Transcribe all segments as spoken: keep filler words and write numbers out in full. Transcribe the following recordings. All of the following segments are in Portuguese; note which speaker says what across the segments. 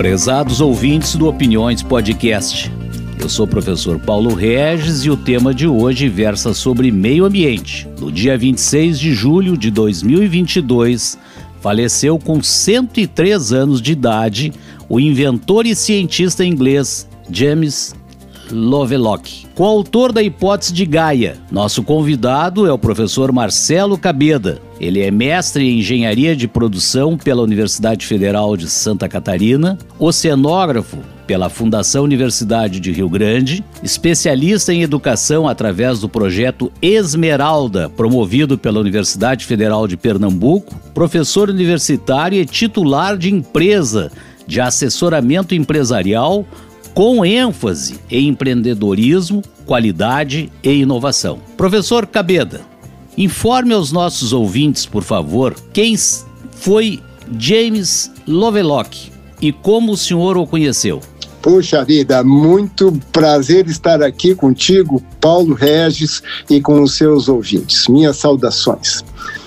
Speaker 1: Prezados ouvintes do Opiniões Podcast, eu sou o professor Paulo Regis e o tema de hoje versa sobre meio ambiente. No dia vinte e seis de julho de dois mil e vinte e dois, faleceu com cento e três anos de idade o inventor e cientista inglês James Lovelock, coautor da hipótese de Gaia. Nosso convidado é o professor Marcelo Cabeda. Ele é mestre em engenharia de produção pela Universidade Federal de Santa Catarina, oceanógrafo pela Fundação Universidade de Rio Grande, especialista em educação através do projeto Esmeralda, promovido pela Universidade Federal de Pernambuco, professor universitário e titular de empresa de assessoramento empresarial com ênfase em empreendedorismo, qualidade e inovação. Professor Cabeda, informe aos nossos ouvintes, por favor, quem foi James Lovelock e como o senhor o conheceu.
Speaker 2: Puxa vida, muito prazer estar aqui contigo, Paulo Regis, e com os seus ouvintes. Minhas saudações.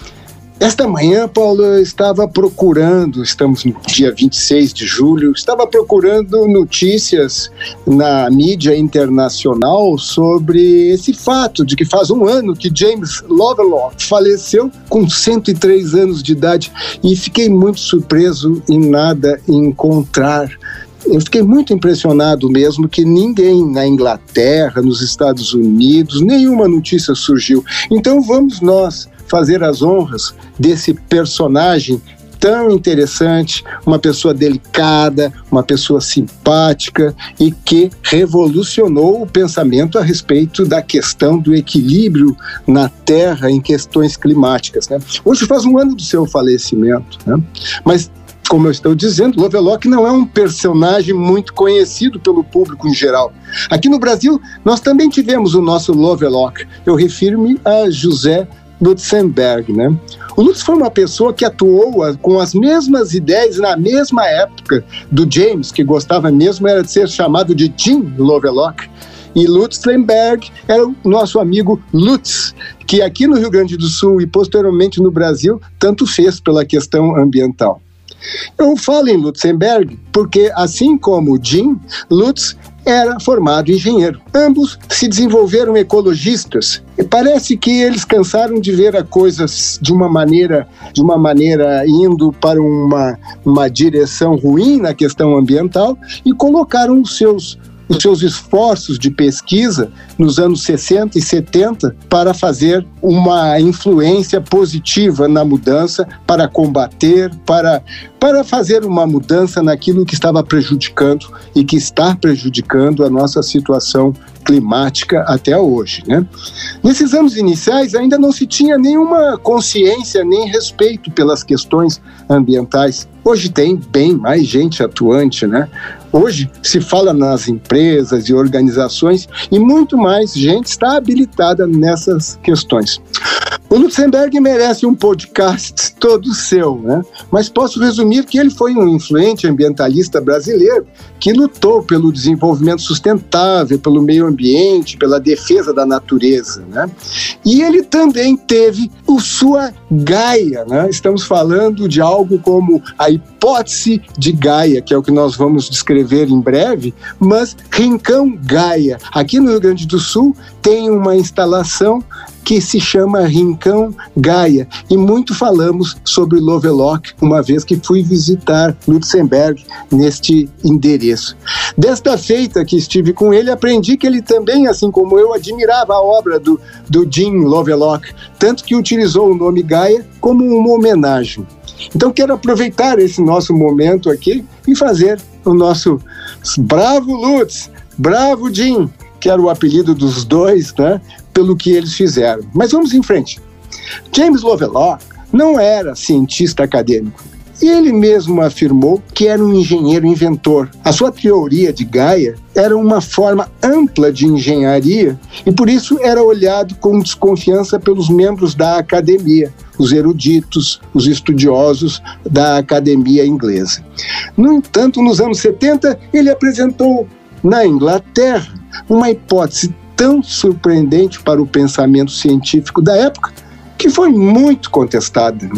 Speaker 2: Esta manhã, Paulo, eu estava procurando, estamos no dia vinte e seis de julho, estava procurando notícias na mídia internacional sobre esse fato de que faz um ano que James Lovelock faleceu com cento e três anos de idade, e fiquei muito surpreso em nada encontrar. Eu fiquei muito impressionado mesmo que ninguém na Inglaterra, nos Estados Unidos, nenhuma notícia surgiu. Então vamos nós fazer as honras desse personagem tão interessante, uma pessoa delicada, uma pessoa simpática e que revolucionou o pensamento a respeito da questão do equilíbrio na Terra em questões climáticas, né? Hoje faz um ano do seu falecimento, né? Mas, como eu estou dizendo, Lovelock não é um personagem muito conhecido pelo público em geral. Aqui no Brasil, nós também tivemos o nosso Lovelock. Eu refiro-me a José Lutzenberg, né? O Lutz foi uma pessoa que atuou com as mesmas ideias na mesma época do James, que gostava mesmo era de ser chamado de Jim Lovelock. E Lutzenberg era o nosso amigo Lutz, que aqui no Rio Grande do Sul e posteriormente no Brasil tanto fez pela questão ambiental. Eu falo em Lutzenberg porque, assim como Jim, Lutz era formado engenheiro. Ambos se desenvolveram ecologistas. E parece que eles cansaram de ver as coisas de uma maneira, de uma maneira indo para uma, uma direção ruim na questão ambiental e colocaram os seus os seus esforços de pesquisa nos anos sessenta e setenta para fazer uma influência positiva na mudança, para combater, para, para fazer uma mudança naquilo que estava prejudicando e que está prejudicando a nossa situação climática até hoje, né? Nesses anos iniciais ainda não se tinha nenhuma consciência nem respeito pelas questões ambientais. Hoje tem bem mais gente atuante, né? Hoje se fala nas empresas e organizações e muito mais gente está habilitada nessas questões. O Lutzenberg merece um podcast todo seu, né? Mas posso resumir que ele foi um influente ambientalista brasileiro que lutou pelo desenvolvimento sustentável, pelo meio ambiente, pela defesa da natureza, né? E ele também teve o sua Gaia, né? Estamos falando de algo como a hipótese de Gaia, que é o que nós vamos descrever em breve, mas Rincão Gaia. Aqui no Rio Grande do Sul tem uma instalação que se chama Rincão Gaia, e muito falamos sobre Lovelock, uma vez que fui visitar Lutzenberg neste endereço. Desta feita que estive com ele, aprendi que ele também, assim como eu, admirava a obra do, do Jim Lovelock, tanto que utilizou o nome Gaia como uma homenagem. Então quero aproveitar esse nosso momento aqui e fazer o nosso bravo Lutz, bravo Jim, que era o apelido dos dois, né, pelo que eles fizeram. Mas vamos em frente. James Lovelock não era cientista acadêmico. E ele mesmo afirmou que era um engenheiro inventor. A sua teoria de Gaia era uma forma ampla de engenharia e por isso era olhado com desconfiança pelos membros da academia, os eruditos, os estudiosos da academia inglesa. No entanto, nos anos setenta, ele apresentou na Inglaterra uma hipótese tão surpreendente para o pensamento científico da época que foi muito contestada, né?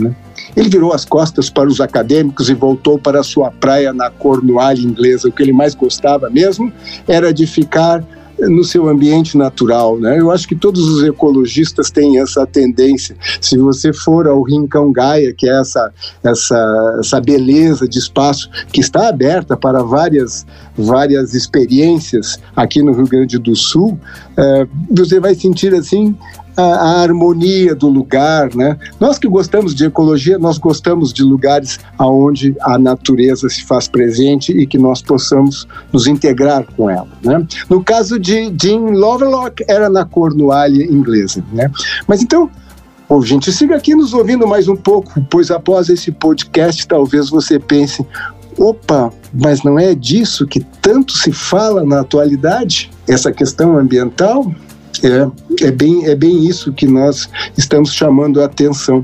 Speaker 2: Ele virou as costas para os acadêmicos e voltou para a sua praia na Cornualha inglesa. O que ele mais gostava mesmo era de ficar no seu ambiente natural, né? Eu acho que todos os ecologistas têm essa tendência. Se você for ao Rincão Gaia, que é essa, essa, essa beleza de espaço que está aberta para várias, várias experiências aqui no Rio Grande do Sul, é, você vai sentir assim A, a harmonia do lugar, né? Nós que gostamos de ecologia, nós gostamos de lugares onde a natureza se faz presente e que nós possamos nos integrar com ela, né? No caso de Jim Lovelock, era na Cornualha inglesa, né? Mas então, ouvinte, siga aqui nos ouvindo mais um pouco, pois após esse podcast, talvez você pense: opa, mas não é disso que tanto se fala na atualidade? Essa questão ambiental? É, é, bem, é bem isso que nós estamos chamando a atenção.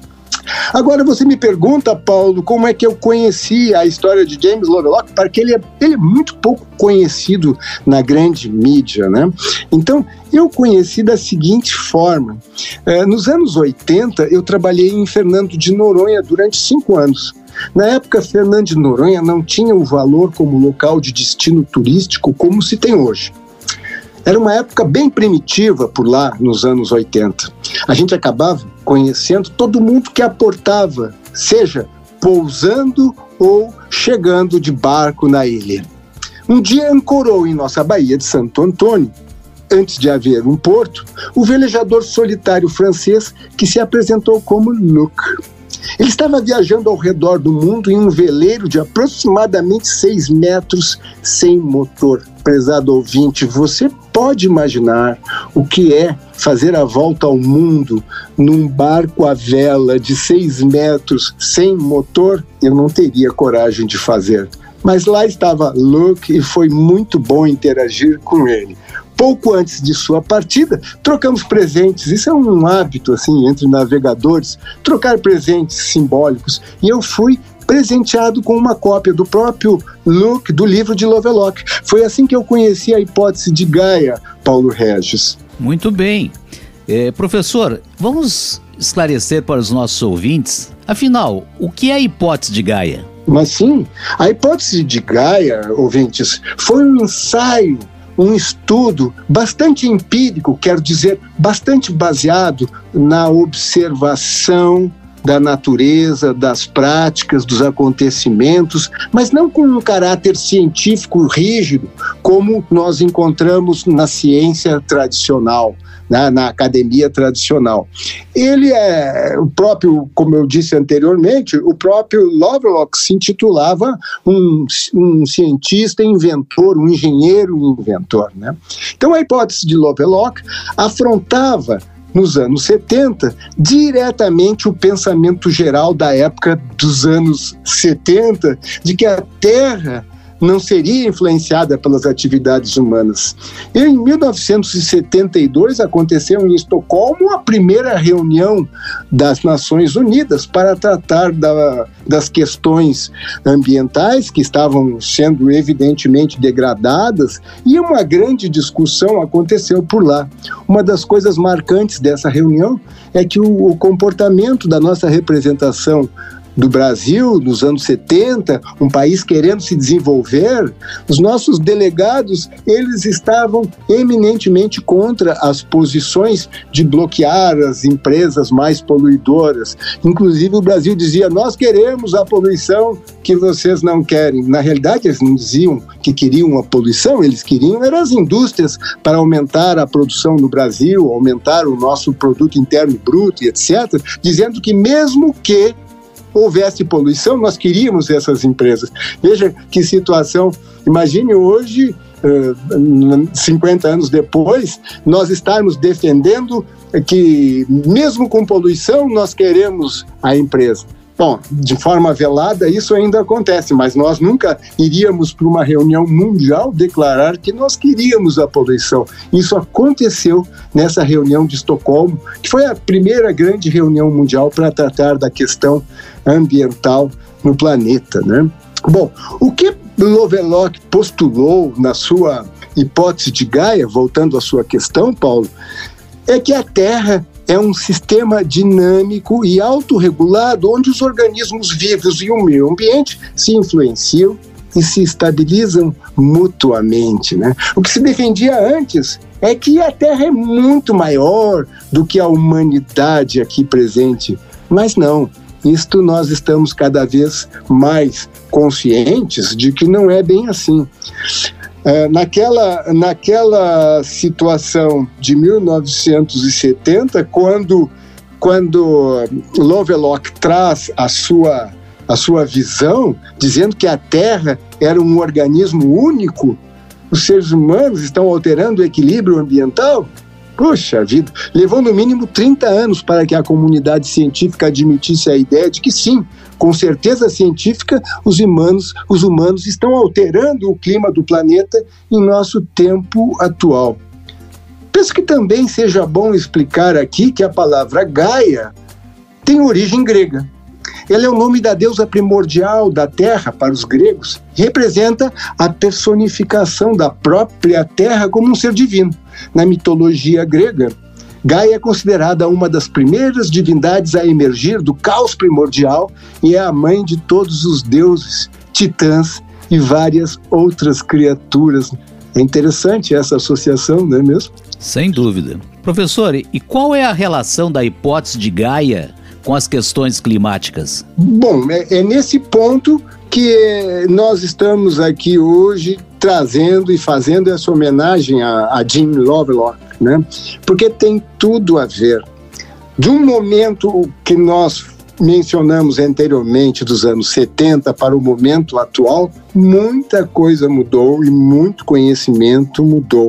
Speaker 2: Agora você me pergunta, Paulo, como é que eu conheci a história de James Lovelock, porque ele é, ele é muito pouco conhecido na grande mídia, né? Então, eu conheci da seguinte forma. É, nos anos oitenta, eu trabalhei em Fernando de Noronha durante cinco anos. Na época, Fernando de Noronha não tinha o valor como local de destino turístico como se tem hoje. Era uma época bem primitiva por lá, nos anos oitenta. A gente acabava conhecendo todo mundo que aportava, seja pousando ou chegando de barco na ilha. Um dia ancorou em nossa Baía de Santo Antônio, antes de haver um porto, o velejador solitário francês que se apresentou como Luc. Ele estava viajando ao redor do mundo em um veleiro de aproximadamente seis metros sem motor. Prezado ouvinte, você pode imaginar o que é fazer a volta ao mundo num barco à vela de seis metros sem motor? Eu não teria coragem de fazer. Mas lá estava Luc e foi muito bom interagir com ele. Pouco antes de sua partida, trocamos presentes. Isso é um hábito, assim, entre navegadores, trocar presentes simbólicos. E eu fui presenteado com uma cópia do próprio Luc, do livro de Lovelock. Foi assim que eu conheci a hipótese de Gaia, Paulo Regis.
Speaker 1: Muito bem. É, professor, vamos esclarecer para os nossos ouvintes, afinal, o que é a hipótese de Gaia?
Speaker 2: Mas sim, a hipótese de Gaia, ouvintes, foi um ensaio, um estudo bastante empírico, quero dizer, bastante baseado na observação da natureza, das práticas, dos acontecimentos, mas não com um caráter científico rígido, como nós encontramos na ciência tradicional, na, na academia tradicional. Ele é o próprio, como eu disse anteriormente, o próprio Lovelock se intitulava um, um cientista inventor, um engenheiro inventor, né? Então a hipótese de Lovelock afrontava nos anos setenta, diretamente o pensamento geral da época dos anos setenta, de que a Terra não seria influenciada pelas atividades humanas. E em mil novecentos e setenta e dois aconteceu em Estocolmo a primeira reunião das Nações Unidas para tratar da, das questões ambientais que estavam sendo evidentemente degradadas, e uma grande discussão aconteceu por lá. Uma das coisas marcantes dessa reunião é que o, o comportamento da nossa representação do Brasil, nos anos setenta, um país querendo se desenvolver, os nossos delegados, eles estavam eminentemente contra as posições de bloquear as empresas mais poluidoras. Inclusive o Brasil dizia: nós queremos a poluição que vocês não querem. Na realidade, eles não diziam que queriam a poluição, eles queriam eram as indústrias para aumentar a produção no Brasil, aumentar o nosso produto interno bruto e etcétera, dizendo que mesmo que houvesse poluição, nós queríamos essas empresas. Veja que situação. Imagine hoje, cinquenta anos depois, nós estarmos defendendo que, mesmo com poluição, nós queremos a empresa. Bom, de forma velada isso ainda acontece, mas nós nunca iríamos para uma reunião mundial declarar que nós queríamos a poluição. Isso aconteceu nessa reunião de Estocolmo, que foi a primeira grande reunião mundial para tratar da questão ambiental no planeta, né? Bom, o que Lovelock postulou na sua hipótese de Gaia, voltando à sua questão, Paulo, é que a Terra é um sistema dinâmico e autorregulado onde os organismos vivos e o meio ambiente se influenciam e se estabilizam mutuamente, né? O que se defendia antes é que a Terra é muito maior do que a humanidade aqui presente, mas não. Isto nós estamos cada vez mais conscientes de que não é bem assim. Uh, naquela, naquela situação de mil novecentos e setenta, quando, quando Lovelock traz a sua, a sua visão, dizendo que a Terra era um organismo único, os seres humanos estão alterando o equilíbrio ambiental. Puxa vida, levou no mínimo trinta anos para que a comunidade científica admitisse a ideia de que sim, com certeza científica, os humanos, os humanos estão alterando o clima do planeta em nosso tempo atual. Penso que também seja bom explicar aqui que a palavra Gaia tem origem grega. Ela é o nome da deusa primordial da Terra para os gregos e representa a personificação da própria Terra como um ser divino. Na mitologia grega, Gaia é considerada uma das primeiras divindades a emergir do caos primordial e é a mãe de todos os deuses, titãs e várias outras criaturas. É interessante essa associação, não é mesmo?
Speaker 1: Sem dúvida. Professor, e qual é a relação da hipótese de Gaia com as questões climáticas?
Speaker 2: Bom, é, é nesse ponto que nós estamos aqui hoje trazendo e fazendo essa homenagem a, a Jim Lovelock, né? Porque tem tudo a ver. De um momento que nós mencionamos anteriormente, dos anos setenta, para o momento atual, muita coisa mudou e muito conhecimento mudou.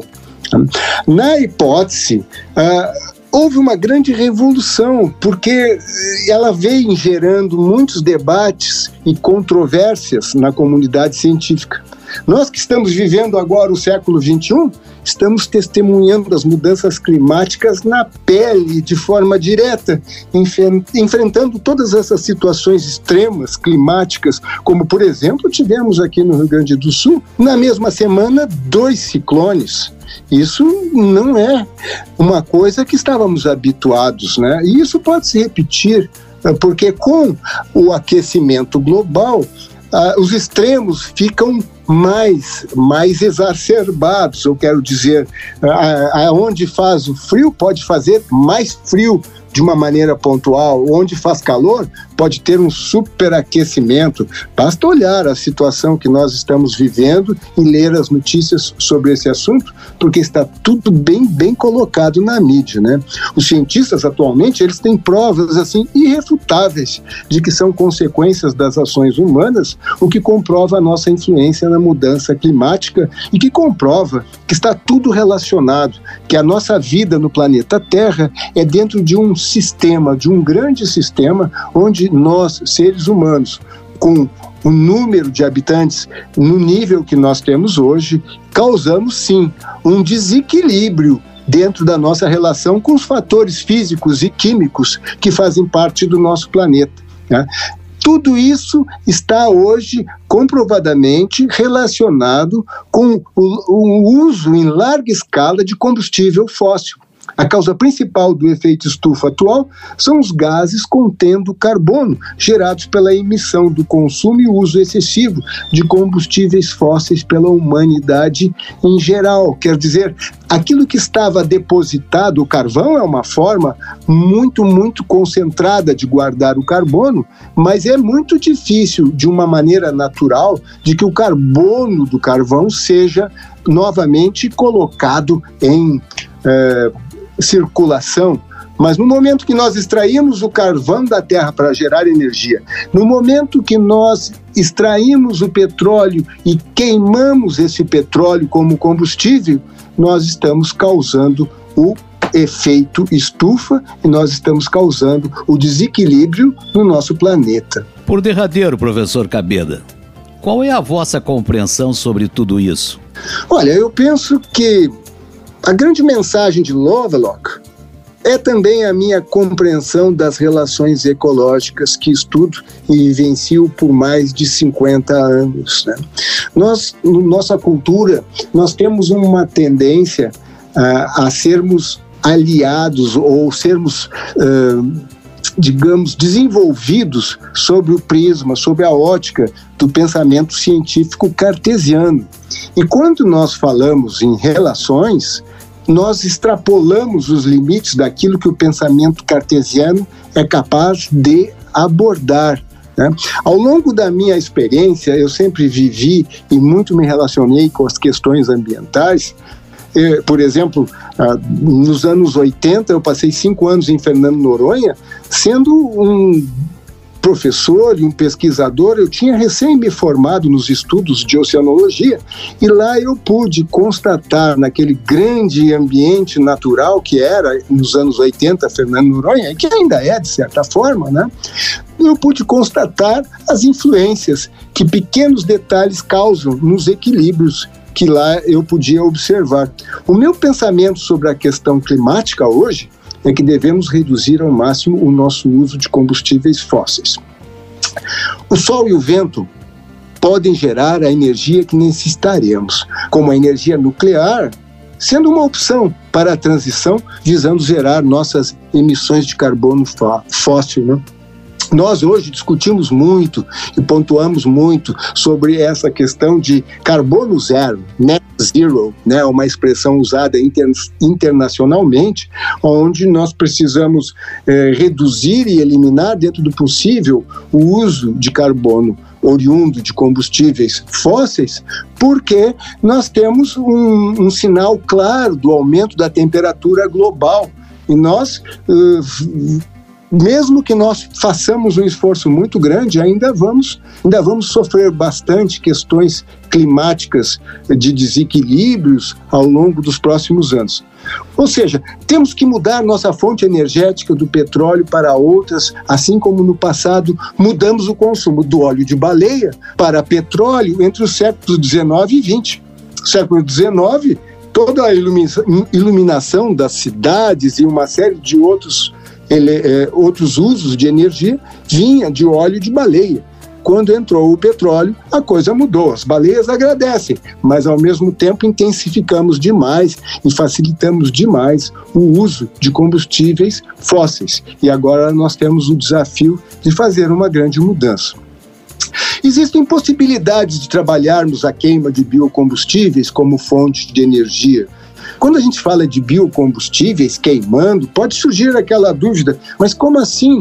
Speaker 2: Na hipótese, uh, houve uma grande revolução, porque ela vem gerando muitos debates e controvérsias na comunidade científica. Nós que estamos vivendo agora o século vinte e um, estamos testemunhando as mudanças climáticas na pele, de forma direta, enfrentando todas essas situações extremas climáticas, como, por exemplo, tivemos aqui no Rio Grande do Sul, na mesma semana, dois ciclones. Isso não é uma coisa que estávamos habituados, né? E isso pode se repetir, porque com o aquecimento global, Uh, os extremos ficam mais, mais exacerbados, eu quero dizer, aonde uh, uh, faz o frio pode fazer mais frio de uma maneira pontual, onde faz calor pode ter um superaquecimento. Basta olhar a situação que nós estamos vivendo e ler as notícias sobre esse assunto, porque está tudo bem, bem colocado na mídia, né? Os cientistas atualmente, eles têm provas assim irrefutáveis de que são consequências das ações humanas, o que comprova a nossa influência na mudança climática e que comprova que está tudo relacionado, que a nossa vida no planeta Terra é dentro de um sistema, de um grande sistema, onde nós, seres humanos, com o número de habitantes no nível que nós temos hoje, causamos sim um desequilíbrio dentro da nossa relação com os fatores físicos e químicos que fazem parte do nosso planeta, né? Tudo isso está hoje comprovadamente relacionado com o, o uso em larga escala de combustível fóssil. A causa principal do efeito estufa atual são os gases contendo carbono, gerados pela emissão do consumo e uso excessivo de combustíveis fósseis pela humanidade em geral. Quer dizer, aquilo que estava depositado, o carvão é uma forma muito, muito concentrada de guardar o carbono, mas é muito difícil, de uma maneira natural, de que o carbono do carvão seja novamente colocado em eh, circulação. Mas no momento que nós extraímos o carvão da terra para gerar energia, no momento que nós extraímos o petróleo e queimamos esse petróleo como combustível, nós estamos causando o efeito estufa e nós estamos causando o desequilíbrio no nosso planeta.
Speaker 1: Por derradeiro, professor Cabeda, qual é a vossa compreensão sobre tudo isso?
Speaker 2: Olha, eu penso que a grande mensagem de Lovelock é também a minha compreensão das relações ecológicas que estudo e vivencio por mais de cinquenta anos, né? Nós, na nossa cultura, nós temos uma tendência uh, a sermos aliados ou sermos, uh, digamos, desenvolvidos sobre o prisma, sobre a ótica do pensamento científico cartesiano. E quando nós falamos em relações, nós extrapolamos os limites daquilo que o pensamento cartesiano é capaz de abordar, né? Ao longo da minha experiência, eu sempre vivi e muito me relacionei com as questões ambientais. Eu, por exemplo, ah, nos anos oitenta, eu passei cinco anos em Fernando Noronha, sendo um professor e um pesquisador. Eu tinha recém me formado nos estudos de oceanologia e lá eu pude constatar, naquele grande ambiente natural que era, nos anos oitenta, Fernando Noronha, que ainda é, de certa forma, né? Eu pude constatar as influências que pequenos detalhes causam nos equilíbrios que lá eu podia observar. O meu pensamento sobre a questão climática hoje é que devemos reduzir ao máximo o nosso uso de combustíveis fósseis. O sol e o vento podem gerar a energia que necessitaremos, como a energia nuclear, sendo uma opção para a transição, visando zerar nossas emissões de carbono fóssil, né? Nós hoje discutimos muito e pontuamos muito sobre essa questão de carbono zero, net zero, né, uma expressão usada inter, internacionalmente, onde nós precisamos eh, reduzir e eliminar, dentro do possível, o uso de carbono oriundo de combustíveis fósseis, porque nós temos um, um sinal claro do aumento da temperatura global. E nós... Uh, mesmo que nós façamos um esforço muito grande, ainda vamos, ainda vamos sofrer bastante questões climáticas de desequilíbrios ao longo dos próximos anos. Ou seja, temos que mudar nossa fonte energética do petróleo para outras, assim como no passado mudamos o consumo do óleo de baleia para petróleo entre os séculos dezenove e vinte. No século dezenove, toda a iluminação das cidades e uma série de outros Ele, é, outros usos de energia vinha de óleo de baleia. Quando entrou o petróleo, a coisa mudou. As baleias agradecem, mas ao mesmo tempo intensificamos demais e facilitamos demais o uso de combustíveis fósseis. E agora nós temos o desafio de fazer uma grande mudança. Existem possibilidades de trabalharmos a queima de biocombustíveis como fonte de energia. Quando a gente fala de biocombustíveis queimando, pode surgir aquela dúvida, mas como assim?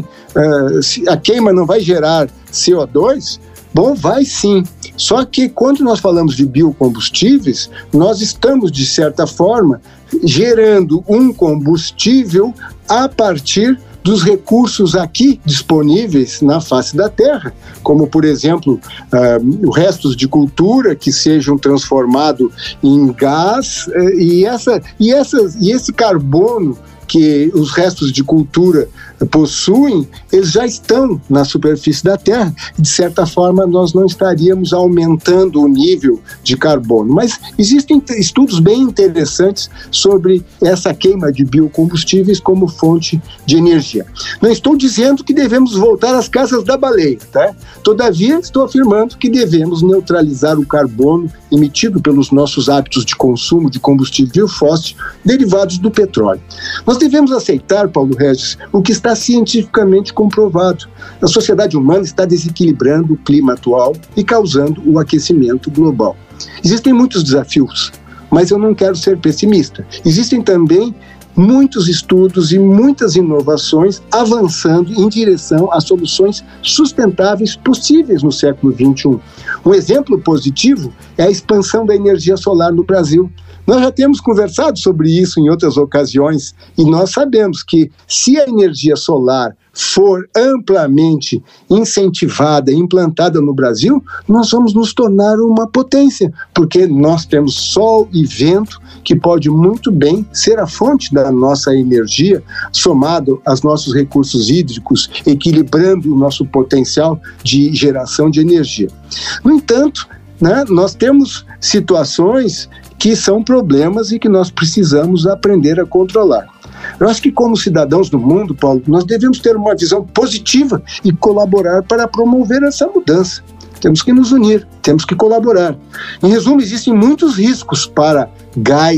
Speaker 2: Uh, a queima não vai gerar C O dois? Bom, vai sim. Só que quando nós falamos de biocombustíveis, nós estamos, de certa forma, gerando um combustível a partir dos recursos aqui disponíveis na face da Terra, como, por exemplo, uh, restos de cultura que sejam transformados em gás, uh, e, essa, e, essas, e esse carbono que os restos de cultura possuem, eles já estão na superfície da Terra. De certa forma, nós não estaríamos aumentando o nível de carbono. Mas existem estudos bem interessantes sobre essa queima de biocombustíveis como fonte de energia. Não estou dizendo que devemos voltar às casas da baleia, tá? Todavia, estou afirmando que devemos neutralizar o carbono emitido pelos nossos hábitos de consumo de combustível fóssil derivados do petróleo. Nós devemos aceitar, Paulo Regis, o que está cientificamente comprovado. A sociedade humana está desequilibrando o clima atual e causando o aquecimento global. Existem muitos desafios, mas eu não quero ser pessimista. Existem também muitos estudos e muitas inovações avançando em direção a soluções sustentáveis possíveis no século vinte e um. Um exemplo positivo é a expansão da energia solar no Brasil. Nós já temos conversado sobre isso em outras ocasiões e nós sabemos que se a energia solar for amplamente incentivada, implantada no Brasil, nós vamos nos tornar uma potência, porque nós temos sol e vento que pode muito bem ser a fonte da nossa energia, somado aos nossos recursos hídricos, equilibrando o nosso potencial de geração de energia. No entanto, né, nós temos situações que são problemas e que nós precisamos aprender a controlar. Eu acho que como cidadãos do mundo, Paulo, nós devemos ter uma visão positiva e colaborar para promover essa mudança. Temos que nos unir, temos que colaborar. Em resumo, existem muitos riscos para Gaia,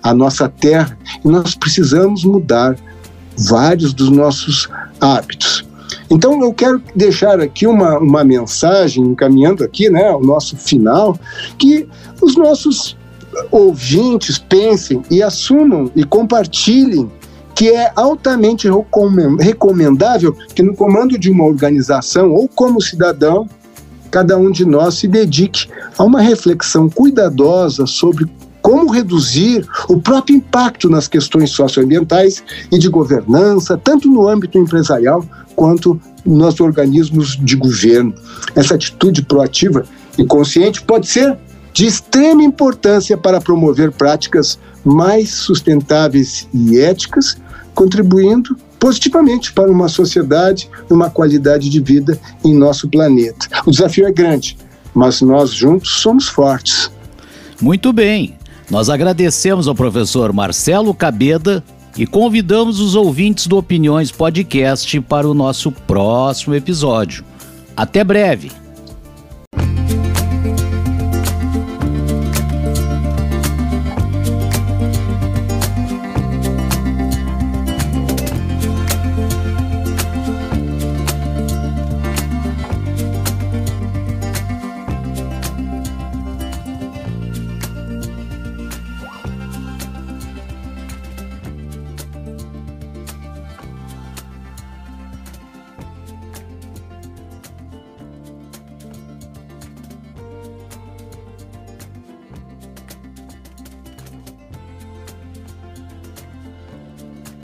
Speaker 2: a nossa terra, e nós precisamos mudar vários dos nossos hábitos. Então eu quero deixar aqui uma, uma mensagem, encaminhando aqui, né, ao nosso final, que os nossos ouvintes pensem e assumam e compartilhem que é altamente recomendável que no comando de uma organização ou como cidadão, cada um de nós se dedique a uma reflexão cuidadosa sobre como reduzir o próprio impacto nas questões socioambientais e de governança, tanto no âmbito empresarial quanto nos organismos de governo. Essa atitude proativa e consciente pode ser de extrema importância para promover práticas mais sustentáveis e éticas, contribuindo positivamente para uma sociedade e uma qualidade de vida em nosso planeta. O desafio é grande, mas nós juntos somos fortes.
Speaker 1: Muito bem. Nós agradecemos ao professor Marcelo Cabeda e convidamos os ouvintes do Opiniões Podcast para o nosso próximo episódio. Até breve!